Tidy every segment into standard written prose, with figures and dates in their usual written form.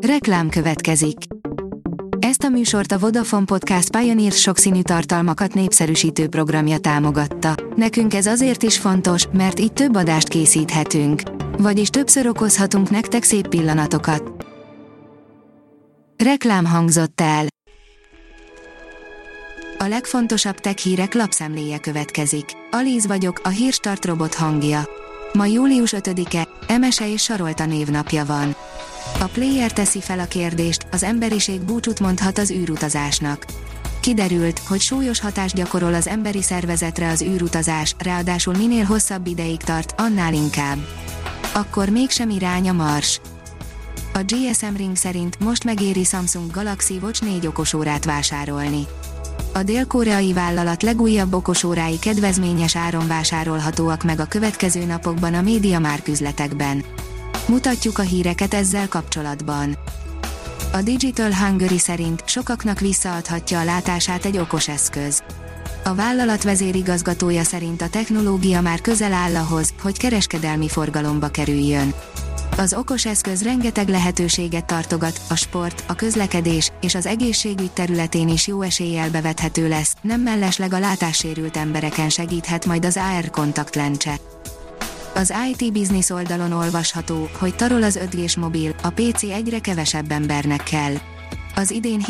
Reklám következik. Ezt a műsort a Vodafone Podcast Pioneer sokszínű tartalmakat népszerűsítő programja támogatta. Nekünk ez azért is fontos, mert így több adást készíthetünk. Vagyis többször okozhatunk nektek szép pillanatokat. Reklám hangzott el. A legfontosabb tech hírek lapszemléje következik. Alíz vagyok, a Hírstart robot hangja. Ma július 5-e, Emese és Sarolta névnapja van. A Player teszi fel a kérdést, az emberiség búcsút mondhat az űrutazásnak. Kiderült, hogy súlyos hatást gyakorol az emberi szervezetre az űrutazás, ráadásul minél hosszabb ideig tart, annál inkább. Akkor mégsem irány a Mars. A GSM Ring szerint most megéri Samsung Galaxy Watch 4 okosórát vásárolni. A dél-koreai vállalat legújabb okosórái kedvezményes áron vásárolhatóak meg a következő napokban a MediaMarkt üzletekben. Mutatjuk a híreket ezzel kapcsolatban. A Digital Hungary szerint sokaknak visszaadhatja a látását egy okos eszköz. A vállalat vezérigazgatója szerint a technológia már közel áll ahhoz, hogy kereskedelmi forgalomba kerüljön. Az okos eszköz rengeteg lehetőséget tartogat, a sport, a közlekedés és az egészségügy területén is jó eséllyel bevethető lesz, nem mellesleg a látássérült embereken segíthet majd az AR kontaktlencse. Az IT Business oldalon olvasható, hogy tarol az 5G-s mobil, a PC egyre kevesebb embernek kell. Az idén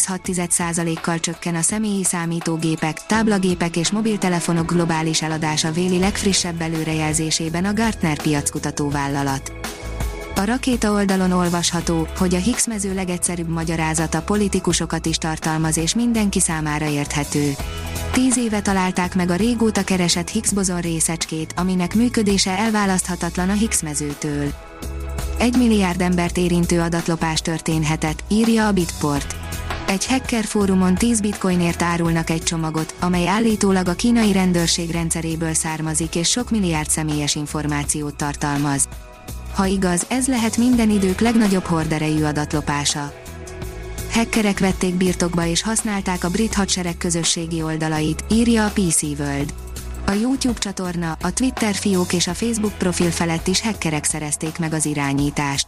7,6%-kal csökken a személyi számítógépek, táblagépek és mobiltelefonok globális eladása véli legfrissebb előrejelzésében a Gartner piackutató vállalat. A rakéta oldalon olvasható, hogy a Higgs mező legegyszerűbb magyarázata politikusokat is tartalmaz és mindenki számára érthető. 10 éve találták meg a régóta keresett Higgs bozon részecskét, aminek működése elválaszthatatlan a Higgs mezőtől. 1 milliárd embert érintő adatlopás történhetett, írja a Bitport. Egy hacker fórumon 10 bitcoinért árulnak egy csomagot, amely állítólag a kínai rendőrség rendszeréből származik és sok milliárd személyes információt tartalmaz. Ha igaz, ez lehet minden idők legnagyobb horderejű adatlopása. Hackerek vették birtokba és használták a brit hadsereg közösségi oldalait, írja a PC World. A YouTube csatorna, a Twitter fiók és a Facebook profil felett is hackerek szerezték meg az irányítást.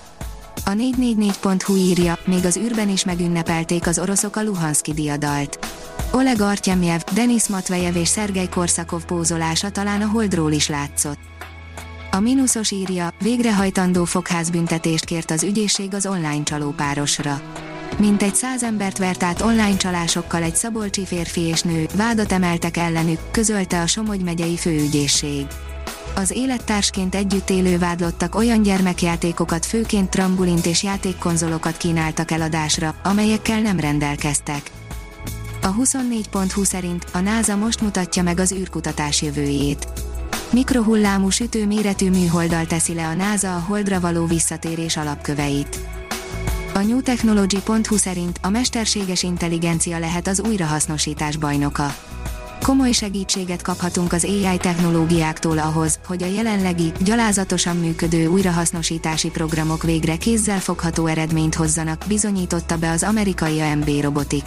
A 444.hu írja, még az űrben is megünnepelték az oroszok a Luhanszki diadalt. Oleg Artyemjev, Denis Matvejev és Szergej Korszakov pózolása talán a Holdról is látszott. A Minusos írja, végrehajtandó fogházbüntetést kért az ügyészség az online csalópárosra. Mintegy 100 embert vert át online csalásokkal egy szabolcsi férfi és nő, vádat emeltek ellenük, közölte a Somogy megyei főügyészség. Az élettársként együtt élő vádlottak olyan gyermekjátékokat, főként trambulint és játékkonzolokat kínáltak eladásra, amelyekkel nem rendelkeztek. A 24.hu szerint a NASA most mutatja meg az űrkutatás jövőjét. Mikrohullámú sütő méretű műholddal teszi le a NASA a Holdra való visszatérés alapköveit. A newtechnology.hu szerint a mesterséges intelligencia lehet az újrahasznosítás bajnoka. Komoly segítséget kaphatunk az AI technológiáktól ahhoz, hogy a jelenlegi, gyalázatosan működő újrahasznosítási programok végre kézzelfogható eredményt hozzanak, bizonyította be az amerikai AMB Robotics.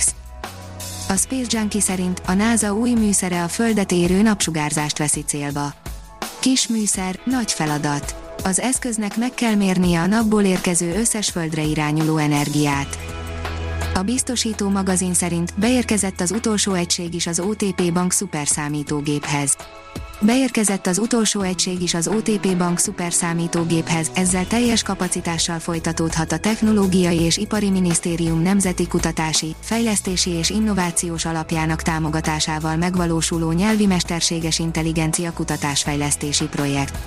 A Space Junkie szerint a NASA új műszere a Földet érő napsugárzást veszi célba. Kis műszer, nagy feladat. Az eszköznek meg kell mérnie a napból érkező összes Földre irányuló energiát. A biztosító magazin szerint beérkezett az utolsó egység is az OTP Bank szuperszámítógéphez. Beérkezett az utolsó egység is az OTP Bank szuperszámítógéphez, ezzel teljes kapacitással folytatódhat a Technológiai és Ipari Minisztérium Nemzeti Kutatási, Fejlesztési és Innovációs Alapjának támogatásával megvalósuló nyelvi mesterséges intelligencia kutatásfejlesztési projekt.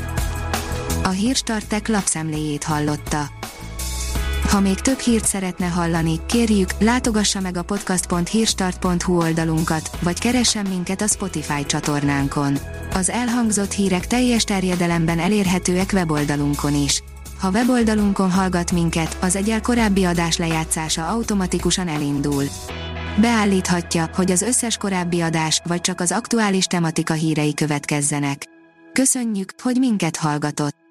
A Hírstart Tech lapszemléjét hallotta. Ha még több hírt szeretne hallani, kérjük, látogassa meg a podcast.hírstart.hu oldalunkat, vagy keressen minket a Spotify csatornánkon. Az elhangzott hírek teljes terjedelemben elérhetőek weboldalunkon is. Ha weboldalunkon hallgat minket, az egyel korábbi adás lejátszása automatikusan elindul. Beállíthatja, hogy az összes korábbi adás, vagy csak az aktuális tematika hírei következzenek. Köszönjük, hogy minket hallgatott!